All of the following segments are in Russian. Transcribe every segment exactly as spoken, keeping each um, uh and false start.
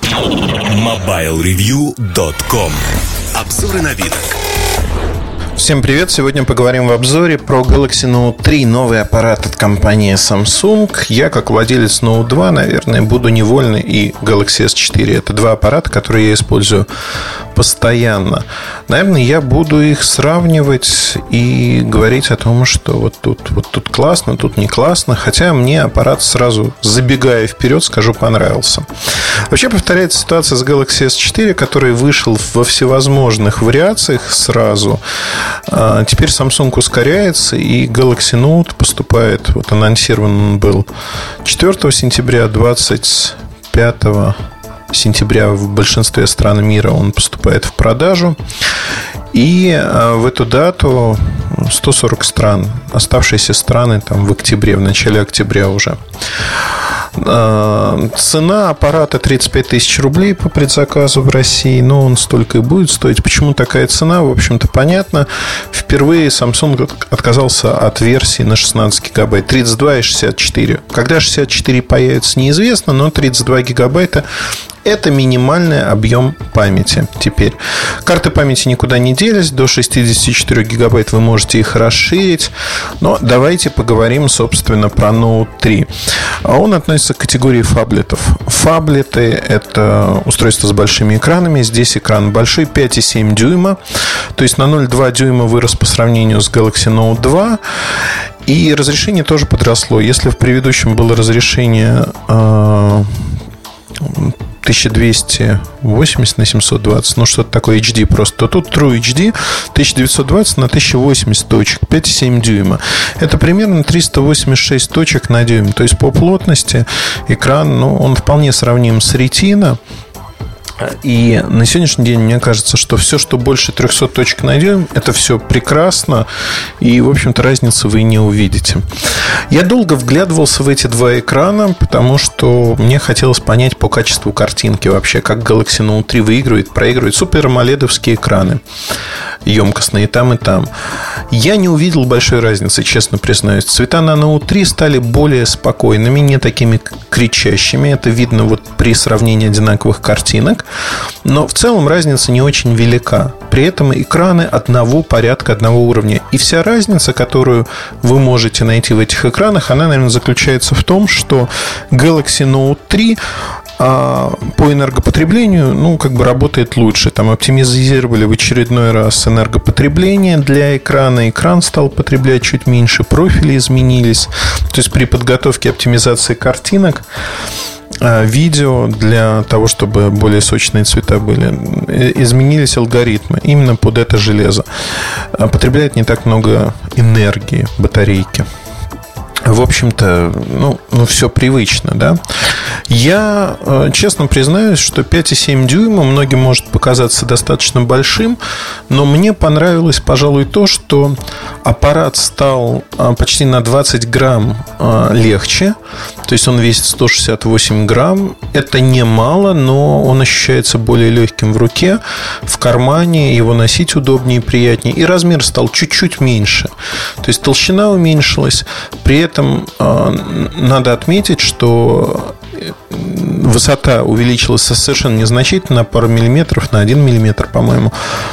мобайл ревью точка ком. Обзоры новинок. Всем привет! Сегодня поговорим в обзоре про Galaxy Note три, новый аппарат от компании Samsung. Я, как владелец Note два, наверное, буду невольный, и Galaxy эс четыре. Это два аппарата, которые я использую постоянно. Наверное, я буду их сравнивать и говорить о том, что вот тут, вот тут классно, тут не классно. Хотя мне аппарат, сразу забегая вперед, скажу, понравился. Вообще повторяется ситуация с Galaxy эс четыре, который вышел во всевозможных вариациях сразу. Теперь Samsung ускоряется, и Galaxy Note поступает, вот анонсирован он был четвёртого сентября, двадцать пятого сентября в большинстве стран мира он поступает в продажу. И в эту дату сто сорок стран, оставшиеся страны там в октябре, в начале октября уже. Цена аппарата тридцать пять тысяч рублей по предзаказу в России. Но он столько и будет стоить. Почему такая цена, в общем-то, понятно. Впервые Samsung отказался от версии на шестнадцать гигабайт, тридцать два и шестьдесят четыре. Когда шестьдесят четыре появится, неизвестно. Но тридцать два гигабайта — это минимальный объем памяти теперь. Карты памяти никуда не делись. До шестьдесят четыре гигабайт вы можете их расширить. Но давайте поговорим, собственно, про Note три. Он относится к категории фаблетов. Фаблеты — это устройство с большими экранами. Здесь экран большой, пять и семь дюйма. То есть на ноль целых два дюйма вырос по сравнению с Galaxy Note два. И разрешение тоже подросло. Если в предыдущем было разрешение э, тысяча двести восемьдесят на семьсот двадцать, ну что-то такое эйч ди просто, то тут True эйч ди тысяча девятьсот двадцать на тысяча восемьдесят точек, пять и семь дюйма. Это примерно триста восемьдесят шесть точек на дюйм. То есть по плотности экран, ну, он вполне сравним с Retina. И на сегодняшний день мне кажется, что все, что больше трехсот точек на дюйм, это все прекрасно. И, в общем-то, разницы вы не увидите. Я долго вглядывался в эти два экрана, потому что мне хотелось понять по качеству картинки вообще, как Galaxy Note три выигрывает, проигрывает. Супер амоледовские экраны, емкостные и там, и там. Я не увидел большой разницы, честно признаюсь. Цвета на Note три стали более спокойными, не такими кричащими. Это видно вот при сравнении одинаковых картинок. Но в целом разница не очень велика. При этом экраны одного порядка, одного уровня. И вся разница, которую вы можете найти в этих экранах, она, наверное, заключается в том, что Galaxy Note три а по энергопотреблению, ну, как бы работает лучше. Там оптимизировали в очередной раз энергопотребление для экрана. Экран стал потреблять чуть меньше, профили изменились. То есть при подготовке оптимизации картинок, видео, для того, чтобы более сочные цвета были, изменились алгоритмы именно под это железо. Потребляет не так много энергии батарейки. В общем-то, ну, ну все привычно, да. Я честно признаюсь, что пять и семь дюйма многим может показаться достаточно большим, но мне понравилось, пожалуй, то, что аппарат стал почти на двадцать грамм легче. То есть он весит сто шестьдесят восемь грамм. Это немало, но он ощущается более легким в руке, в кармане. Его носить удобнее и приятнее. И размер стал чуть-чуть меньше. То есть толщина уменьшилась. При этом надо отметить, что высота увеличилась совершенно незначительно, на пару миллиметров, на один миллиметр, по-моему.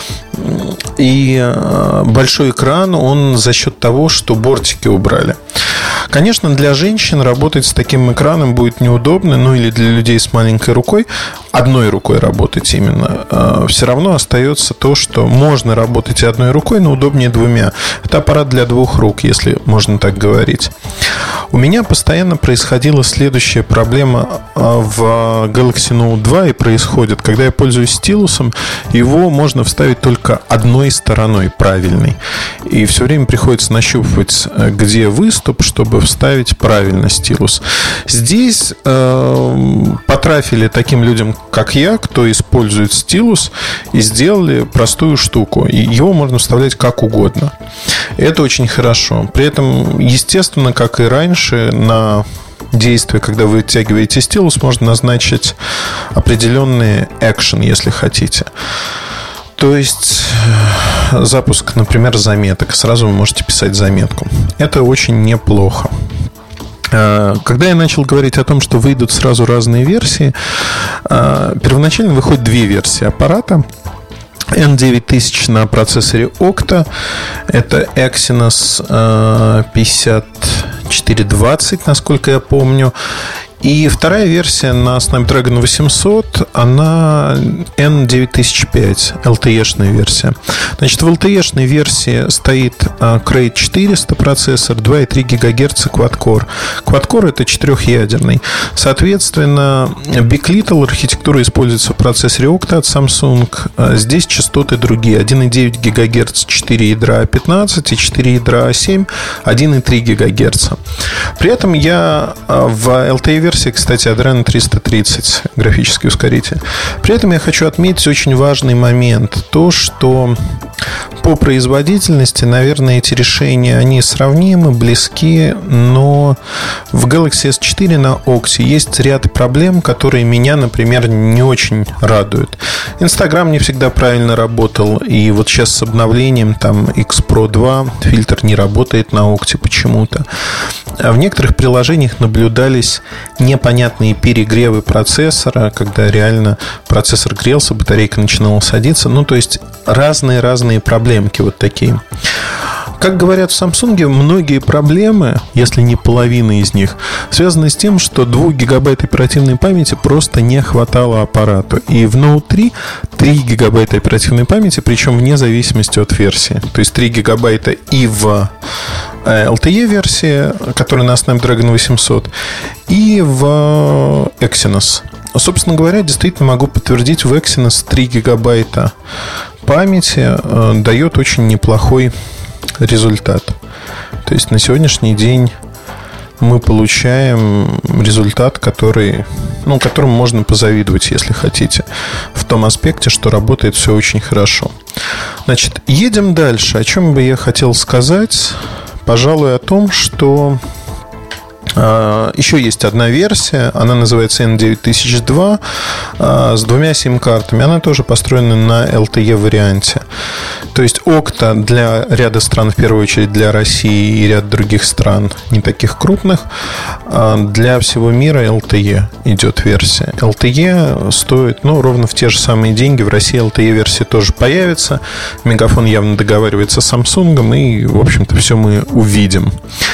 И большой экран, он за счет того, что бортики убрали. Конечно, для женщин работать с таким экраном будет неудобно, ну или для людей с маленькой рукой, одной рукой работать именно. Все равно остается то, что можно работать и одной рукой, но удобнее двумя. Это аппарат для двух рук, если можно так говорить. У меня постоянно происходила следующая проблема в Galaxy Note два, и происходит, когда я пользуюсь стилусом, его можно вставить только одной стороной правильной. И все время приходится нащупывать, где выступ, чтобы вставить правильно стилус. Здесь э, потрафили таким людям, как я, кто использует стилус, и сделали простую штуку. И его можно вставлять как угодно. Это очень хорошо. При этом, естественно, как и раньше, на действие, когда вы вытягиваете стилус, можно назначить определенный экшен, если хотите. То есть запуск, например, заметок. Сразу вы можете писать заметку. Это очень неплохо. Когда я начал говорить о том, что выйдут сразу разные версии, первоначально выходят две версии аппарата. эн девять тысяч на процессоре Octa. Это Exynos пятьдесят четыре двадцать, насколько я помню. И вторая версия на Snapdragon восемьсот, она эн девять тысяч пять, эл ти и-шная версия. Значит, в эл ти и-шной версии стоит Cray четыреста процессор, два и три гигагерца Quad-Core. Quad-Core — это четырехъядерный. Соответственно, Big Little архитектура используется в процессоре Octa от Samsung. Здесь частоты другие. один и девять гигагерца, четыре ядра а пятнадцать и четыре ядра а семь, один и три гигагерца. При этом я в эл ти и-версии, кстати, Adreno триста тридцать, графический ускоритель. При этом я хочу отметить очень важный момент. То, что по производительности, наверное, эти решения, они сравнимы, близки. Но в Galaxy эс четыре на Octa есть ряд проблем, которые меня, например, не очень радуют. Инстаграм не всегда правильно работал. И вот сейчас с обновлением там X Pro два фильтр не работает на Octa почему-то. А в некоторых приложениях наблюдались непонятные перегревы процессора, когда реально процессор грелся, батарейка начинала садиться. Ну, то есть разные-разные проблемки вот такие. Как говорят в Samsung, многие проблемы, если не половина из них, связаны с тем, что двух гигабайт оперативной памяти просто не хватало аппарату. И в Note три три гигабайта оперативной памяти, причем вне зависимости от версии. То есть три гигабайта и в эл ти и-версии, которая на Snapdragon восемьсот, и в Exynos. Собственно говоря, действительно могу подтвердить, в Exynos три гигабайта памяти дает очень неплохой результат. То есть на сегодняшний день мы получаем результат, который, ну, которому можно позавидовать, если хотите, в том аспекте, что работает все очень хорошо. Значит, едем дальше. О чем бы я хотел сказать? Пожалуй, о том, что Uh, еще есть одна версия, она называется эн девять тысяч два, uh, с двумя сим-картами. Она тоже построена на эл ти и-варианте. То есть Octa для ряда стран, в первую очередь для России и ряд других стран, не таких крупных, uh, для всего мира эл ти и идет версия. эл ти и стоит, ну, ровно в те же самые деньги. В России эл ти и-версия тоже появится. Мегафон явно договаривается с Samsung, и, в общем-то, все мы увидим.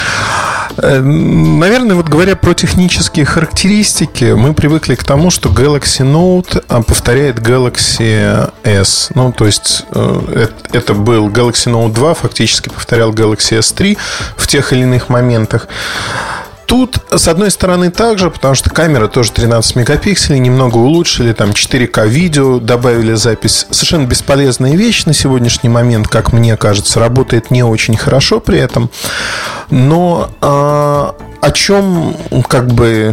Наверное, вот говоря про технические характеристики, мы привыкли к тому, что Galaxy Note повторяет Galaxy S. Ну, то есть это был Galaxy Note два, фактически повторял Galaxy эс три в тех или иных моментах. Тут, с одной стороны, также, потому что камера тоже тринадцать мегапикселей, немного улучшили, там четыре ка видео, добавили запись. Совершенно бесполезная вещь на сегодняшний момент, как мне кажется, работает не очень хорошо при этом. Но а, о чем, как бы,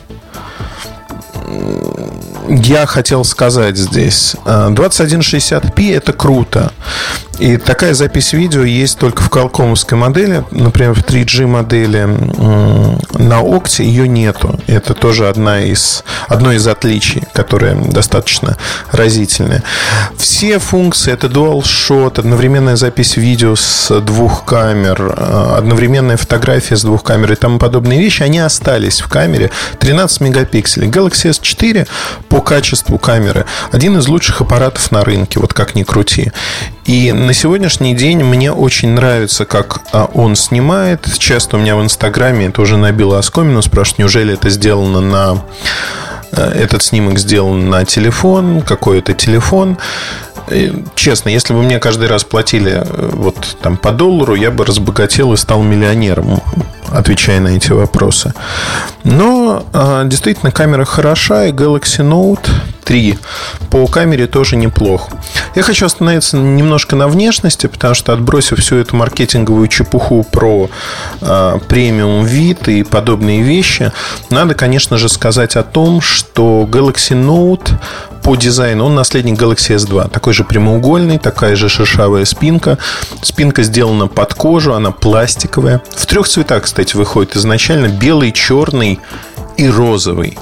я хотел сказать здесь. двадцать один шестьдесят пи это круто. И такая запись видео есть только в Qualcomm-овской модели. Например, в три джи модели на Octa ее нету. Это тоже одна из, одно из отличий, которое достаточно разительное. Все функции — это Dual Shot, одновременная запись видео с двух камер, одновременная фотография с двух камер и тому подобные вещи, они остались в камере. тринадцать мегапикселей. Galaxy эс четыре по качеству камеры один из лучших аппаратов на рынке, вот как ни крути. И на сегодняшний день мне очень нравится, как он снимает. Часто у меня в Инстаграме это уже набило оскомину. Спрашивают, неужели это сделано на... Этот снимок сделан на телефон? Какой это телефон? Честно, если бы мне каждый раз платили вот там по доллару, я бы разбогател и стал миллионером, отвечая на эти вопросы. Но действительно камера хороша, и Galaxy Note три по камере тоже неплох. Я хочу остановиться немножко на внешности, потому что, отбросив всю эту маркетинговую чепуху про э, премиум вид и подобные вещи, надо, конечно же, сказать о том, что Galaxy Note по дизайну, он наследник Galaxy эс два. Такой же прямоугольный, такая же шершавая спинка. Спинка сделана под кожу, она пластиковая. В трех цветах, кстати, выходит изначально: белый, черный и розовый.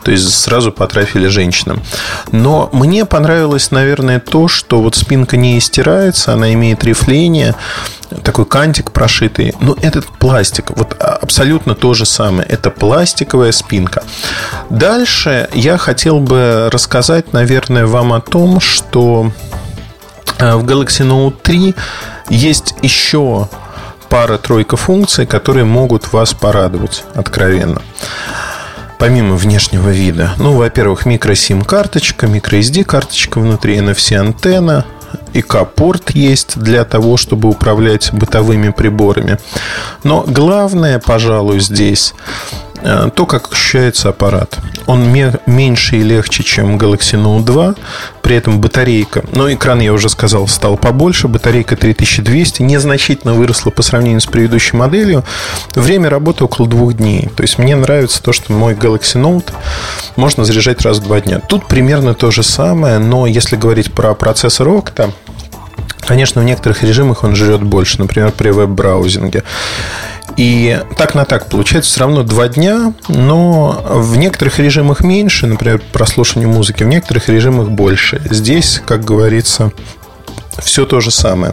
То есть сразу потрафили женщинам. Но мне понравилось, наверное, то, что вот спинка не стирается, она имеет рифление, такой кантик прошитый. Но этот пластик, вот абсолютно то же самое. Это пластиковая спинка. Дальше я хотел бы рассказать, наверное, вам о том, что в Galaxy Note три есть еще пара-тройка функций, которые могут вас порадовать откровенно. Помимо внешнего вида. Ну, во-первых, микро-сим-карточка, микро-эс ди-карточка внутри, эн эф си-антенна, и ка-порт есть для того, чтобы управлять бытовыми приборами. Но главное, пожалуй, здесь то, как ощущается аппарат. Он меньше и легче, чем Galaxy Note два. При этом батарейка, ну, экран, я уже сказал, стал побольше. Батарейка три тысячи двести, незначительно выросла по сравнению с предыдущей моделью. Время работы около двух дней. То есть мне нравится то, что мой Galaxy Note можно заряжать раз в два дня. Тут примерно то же самое. Но если говорить про процессор Octa, конечно, в некоторых режимах он жрет больше. Например, при веб-браузинге. И так на так получается все равно два дня, но в некоторых режимах меньше, например, прослушивание музыки, в некоторых режимах больше. Здесь, как говорится, все то же самое.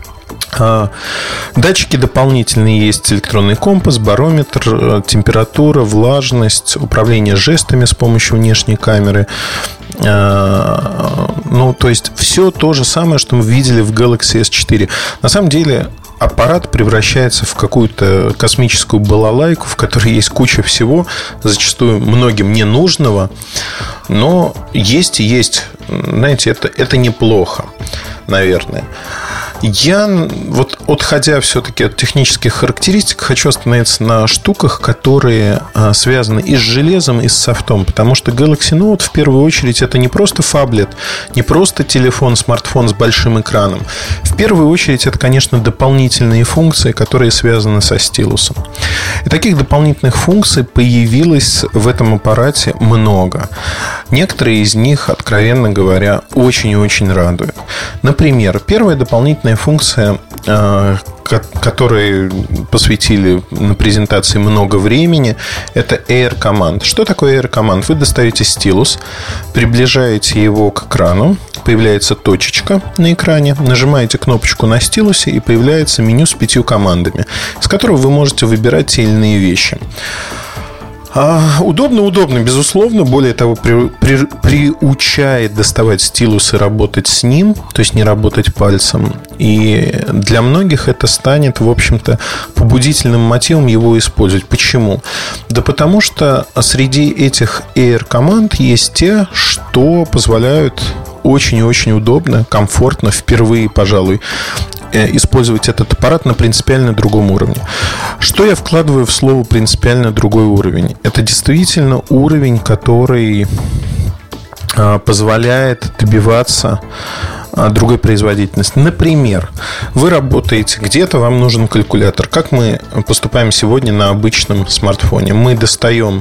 Датчики дополнительные есть: электронный компас, барометр, температура, влажность, управление жестами с помощью внешней камеры. Ну, то есть все то же самое, что мы видели в Galaxy эс четыре. На самом деле аппарат превращается в какую-то космическую балалайку, в которой есть куча всего, зачастую многим ненужного, но есть и есть. Знаете, это, это неплохо, наверное. Я, вот отходя все-таки от технических характеристик, хочу остановиться на штуках, которые а, связаны и с железом, и с софтом. Потому что Galaxy Note в первую очередь это не просто фаблет, не просто телефон, смартфон с большим экраном. В первую очередь это, конечно, дополнительные функции, которые связаны со стилусом. И таких дополнительных функций появилось в этом аппарате много. Некоторые из них, откровенно говоря, очень и очень радуют. Например, первая дополнительная функция, которой посвятили на презентации много времени, это Air Command. Что такое Air Command? Вы достаете стилус, приближаете его к экрану, появляется точечка на экране, нажимаете кнопочку на стилусе, и появляется меню с пятью командами, с которого вы можете выбирать те или иные вещи. Удобно, удобно, безусловно. Более того, при, при, приучает доставать стилус и работать с ним, то есть не работать пальцем. И для многих это станет, в общем-то, побудительным мотивом его использовать. Почему? Да потому что среди этих Air команд есть те, что позволяют очень и очень удобно, комфортно, впервые, пожалуй, использовать этот аппарат на принципиально другом уровне. Что я вкладываю в слово «принципиально другой уровень»? Это действительно уровень, который позволяет добиваться другой производительности. Например, вы работаете где-то, вам нужен калькулятор. Как мы поступаем сегодня на обычном смартфоне? Мы достаем,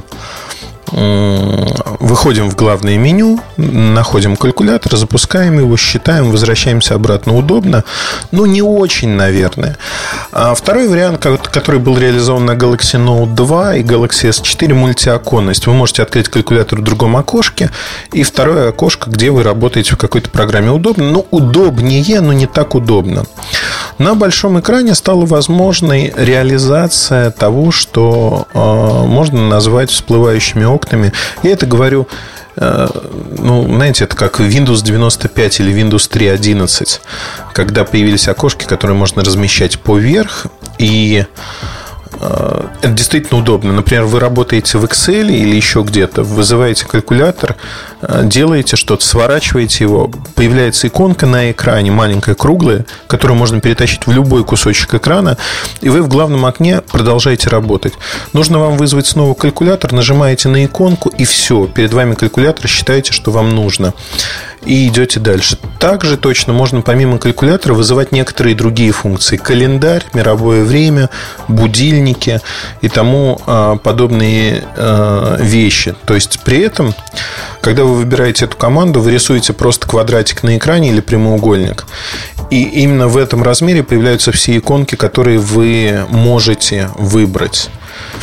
выходим в главное меню, находим калькулятор, запускаем его, считаем, возвращаемся обратно. Удобно, но не очень, наверное. А второй вариант, который был реализован на Galaxy Note два и Galaxy эс четыре, мультиоконность. Вы можете открыть калькулятор в другом окошке, и второе окошко, где вы работаете в какой-то программе. Удобно, но удобнее, но не так удобно. На большом экране стала возможной реализация того, что э, можно назвать всплывающими окнами. Я это говорю, э, ну, знаете, это как Windows девяносто пять или Windows три точка одиннадцать, когда появились окошки, которые можно размещать поверх. И э, это действительно удобно. Например, вы работаете в Excel или еще где-то, вызываете калькулятор, делаете что-то, сворачиваете его, появляется иконка на экране, маленькая, круглая, которую можно перетащить в любой кусочек экрана, и вы в главном окне продолжаете работать. Нужно вам вызвать снова калькулятор, нажимаете на иконку, и все, перед вами калькулятор, считаете, что вам нужно, и идете дальше. Также точно можно помимо калькулятора вызывать некоторые другие функции: календарь, мировое время, будильники и тому подобные вещи. То есть при этом, когда вы выбираете эту команду, вы рисуете просто квадратик на экране или прямоугольник. И именно в этом размере появляются все иконки, которые вы можете выбрать.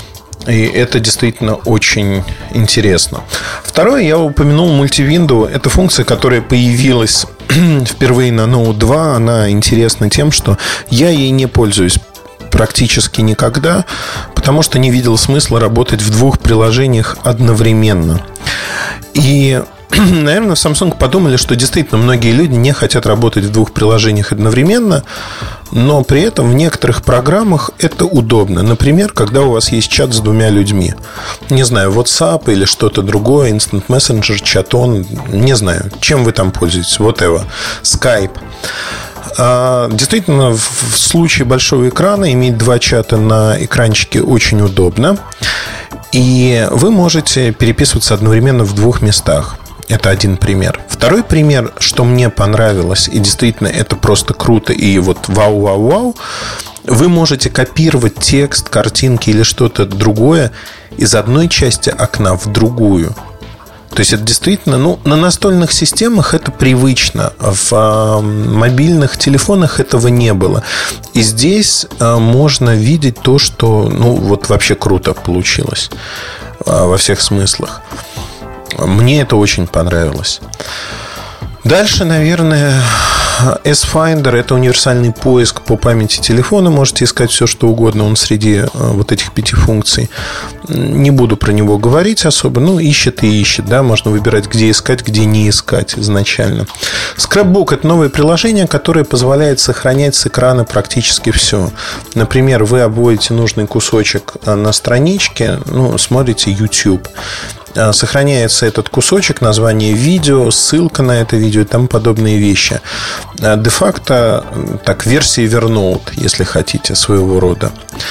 И это действительно очень интересно. Второе, я упомянул мультивинду. Это функция, которая появилась впервые на ноут два. Она интересна тем, что я ей не пользуюсь практически никогда, потому что не видел смысла работать в двух приложениях одновременно. И, наверное, в Samsung подумали, что действительно многие люди не хотят работать в двух приложениях одновременно, но при этом в некоторых программах это удобно. Например, когда у вас есть чат с двумя людьми. Не знаю, WhatsApp или что-то другое, Instant Messenger, чатон, не знаю, чем вы там пользуетесь, whatever, Skype. Действительно, в случае большого экрана иметь два чата на экранчике очень удобно. И вы можете переписываться одновременно в двух местах. Это один пример. Второй пример, что мне понравилось, и действительно это просто круто, и вот вау-вау-вау, вы можете копировать текст, картинки или что-то другое из одной части окна в другую. То есть это действительно, ну, на настольных системах это привычно. В э, мобильных телефонах этого не было. И здесь э, можно видеть то, что, ну, вот вообще круто получилось э, во всех смыслах. Мне это очень понравилось. Дальше, наверное, S-Finder – это универсальный поиск по памяти телефона. Можете искать все, что угодно. Он среди вот этих пяти функций. Не буду про него говорить особо. Ну, ищет и ищет, да. Можно выбирать, где искать, где не искать изначально. Scrapbook – это новое приложение, которое позволяет сохранять с экрана практически все. Например, вы обводите нужный кусочек на страничке, ну, смотрите YouTube. Сохраняется этот кусочек, название видео, ссылка на это видео и тому подобные вещи. Де-факто, так, версия Evernote, если хотите, своего рода.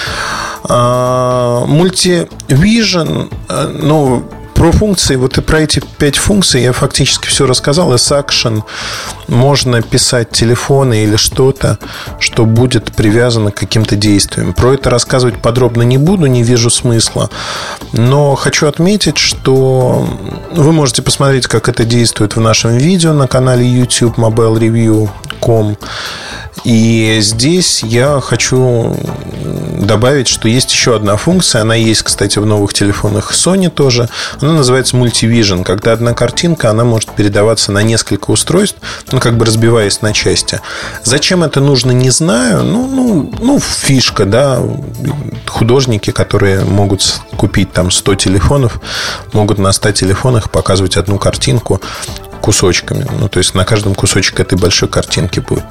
Multivision, ну, про функции, вот и про эти пять функций я фактически все рассказал. S-Action, можно писать телефоны или что-то, что будет привязано к каким-то действиям. Про это рассказывать подробно не буду, не вижу смысла. Но хочу отметить, что вы можете посмотреть, как это действует в нашем видео на канале YouTube mobile review точка com. И здесь я хочу добавить, что есть еще одна функция. Она есть, кстати, в новых телефонах Sony тоже. Она называется Multivision. Когда одна картинка, она может передаваться на несколько устройств, ну, как бы разбиваясь на части. Зачем это нужно, не знаю. Ну, ну, ну фишка, да. Художники, которые могут купить там сто телефонов, могут на ста телефонах показывать одну картинку кусочками. Ну, то есть на каждом кусочек этой большой картинки будет.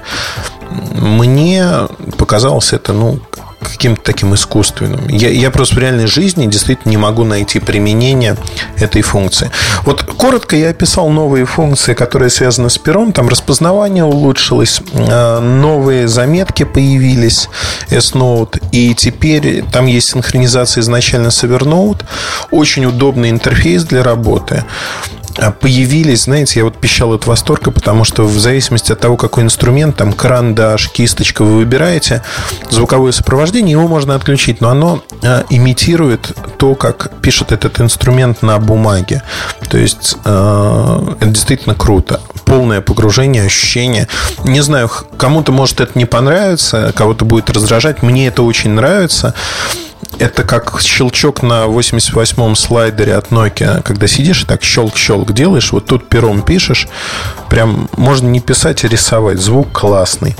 Мне показалось это, ну, каким-то таким искусственным. Я, я просто в реальной жизни действительно не могу найти применение этой функции. Вот коротко я описал новые функции, которые связаны с пером. Там распознавание улучшилось, новые заметки появились, S-Note, и теперь там есть синхронизация изначально с Evernote. Очень удобный интерфейс для работы. Появились, знаете, я вот пищал от восторга, потому что в зависимости от того, какой инструмент, там карандаш, кисточка вы выбираете, звуковое сопровождение, его можно отключить, но оно а, имитирует то, как пишет этот инструмент на бумаге. То есть а, это действительно круто. Полное погружение, ощущение. Не знаю, кому-то может это не понравиться, кого-то будет раздражать. Мне это очень нравится. Это как щелчок на восемьдесят восьмом слайдере от Nokia. Когда сидишь и так щелк-щелк делаешь, вот тут пером пишешь. Прям можно не писать, а рисовать. Звук классный.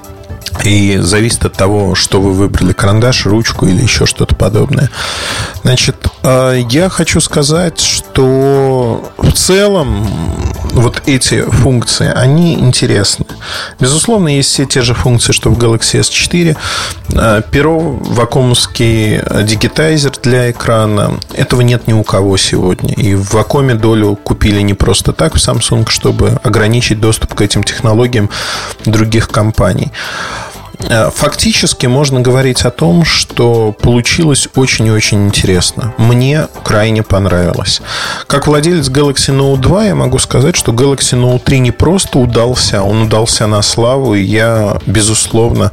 И зависит от того, что вы выбрали: карандаш, ручку или еще что-то подобное. Значит, я хочу сказать, что в целом вот эти функции, они интересны. Безусловно, есть все те же функции, что в Galaxy эс четыре. Перо, вакуумский дигитайзер для экрана. Этого нет ни у кого сегодня. И в Вакоме долю купили не просто так в Samsung, чтобы ограничить доступ к этим технологиям других компаний. Фактически можно говорить о том, что получилось очень и очень интересно. Мне крайне понравилось. Как владелец Galaxy Note два я могу сказать, что Galaxy Note три не просто удался, он удался на славу. И я, безусловно,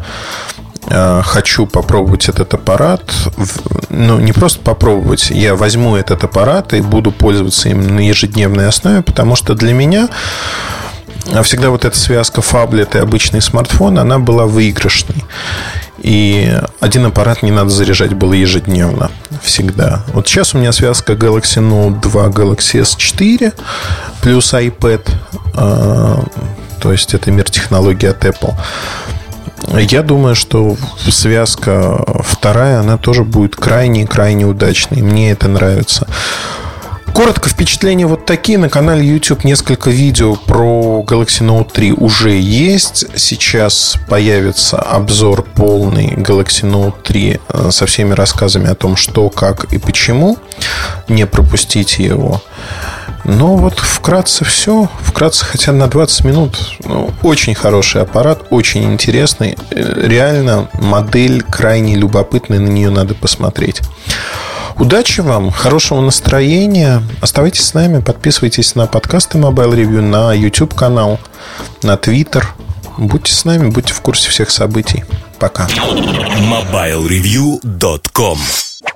хочу попробовать этот аппарат. Ну, не просто попробовать. Я возьму этот аппарат и буду пользоваться им на ежедневной основе, потому что для меня всегда вот эта связка фаблет и обычный смартфон, она была выигрышной. И один аппарат не надо заряжать было ежедневно. Всегда. Вот сейчас у меня связка Galaxy Note два, Galaxy эс четыре плюс iPad. То есть это мир технологий от Apple. Я думаю, что связка вторая, она тоже будет крайне-крайне удачной. Мне это нравится. Коротко, впечатления вот такие. На канале YouTube несколько видео про Galaxy Note три уже есть. Сейчас появится обзор полный Galaxy Note три со всеми рассказами о том, что, как и почему. Не пропустите его. Ну вот вкратце все. Вкратце, хотя на двадцать минут. Ну, очень хороший аппарат, очень интересный. Реально модель крайне любопытная. На нее надо посмотреть. Удачи вам, хорошего настроения. Оставайтесь с нами, подписывайтесь на подкасты Mobile Review, на YouTube канал, на Twitter. Будьте с нами, будьте в курсе всех событий. Пока. мобайл ревью точка ком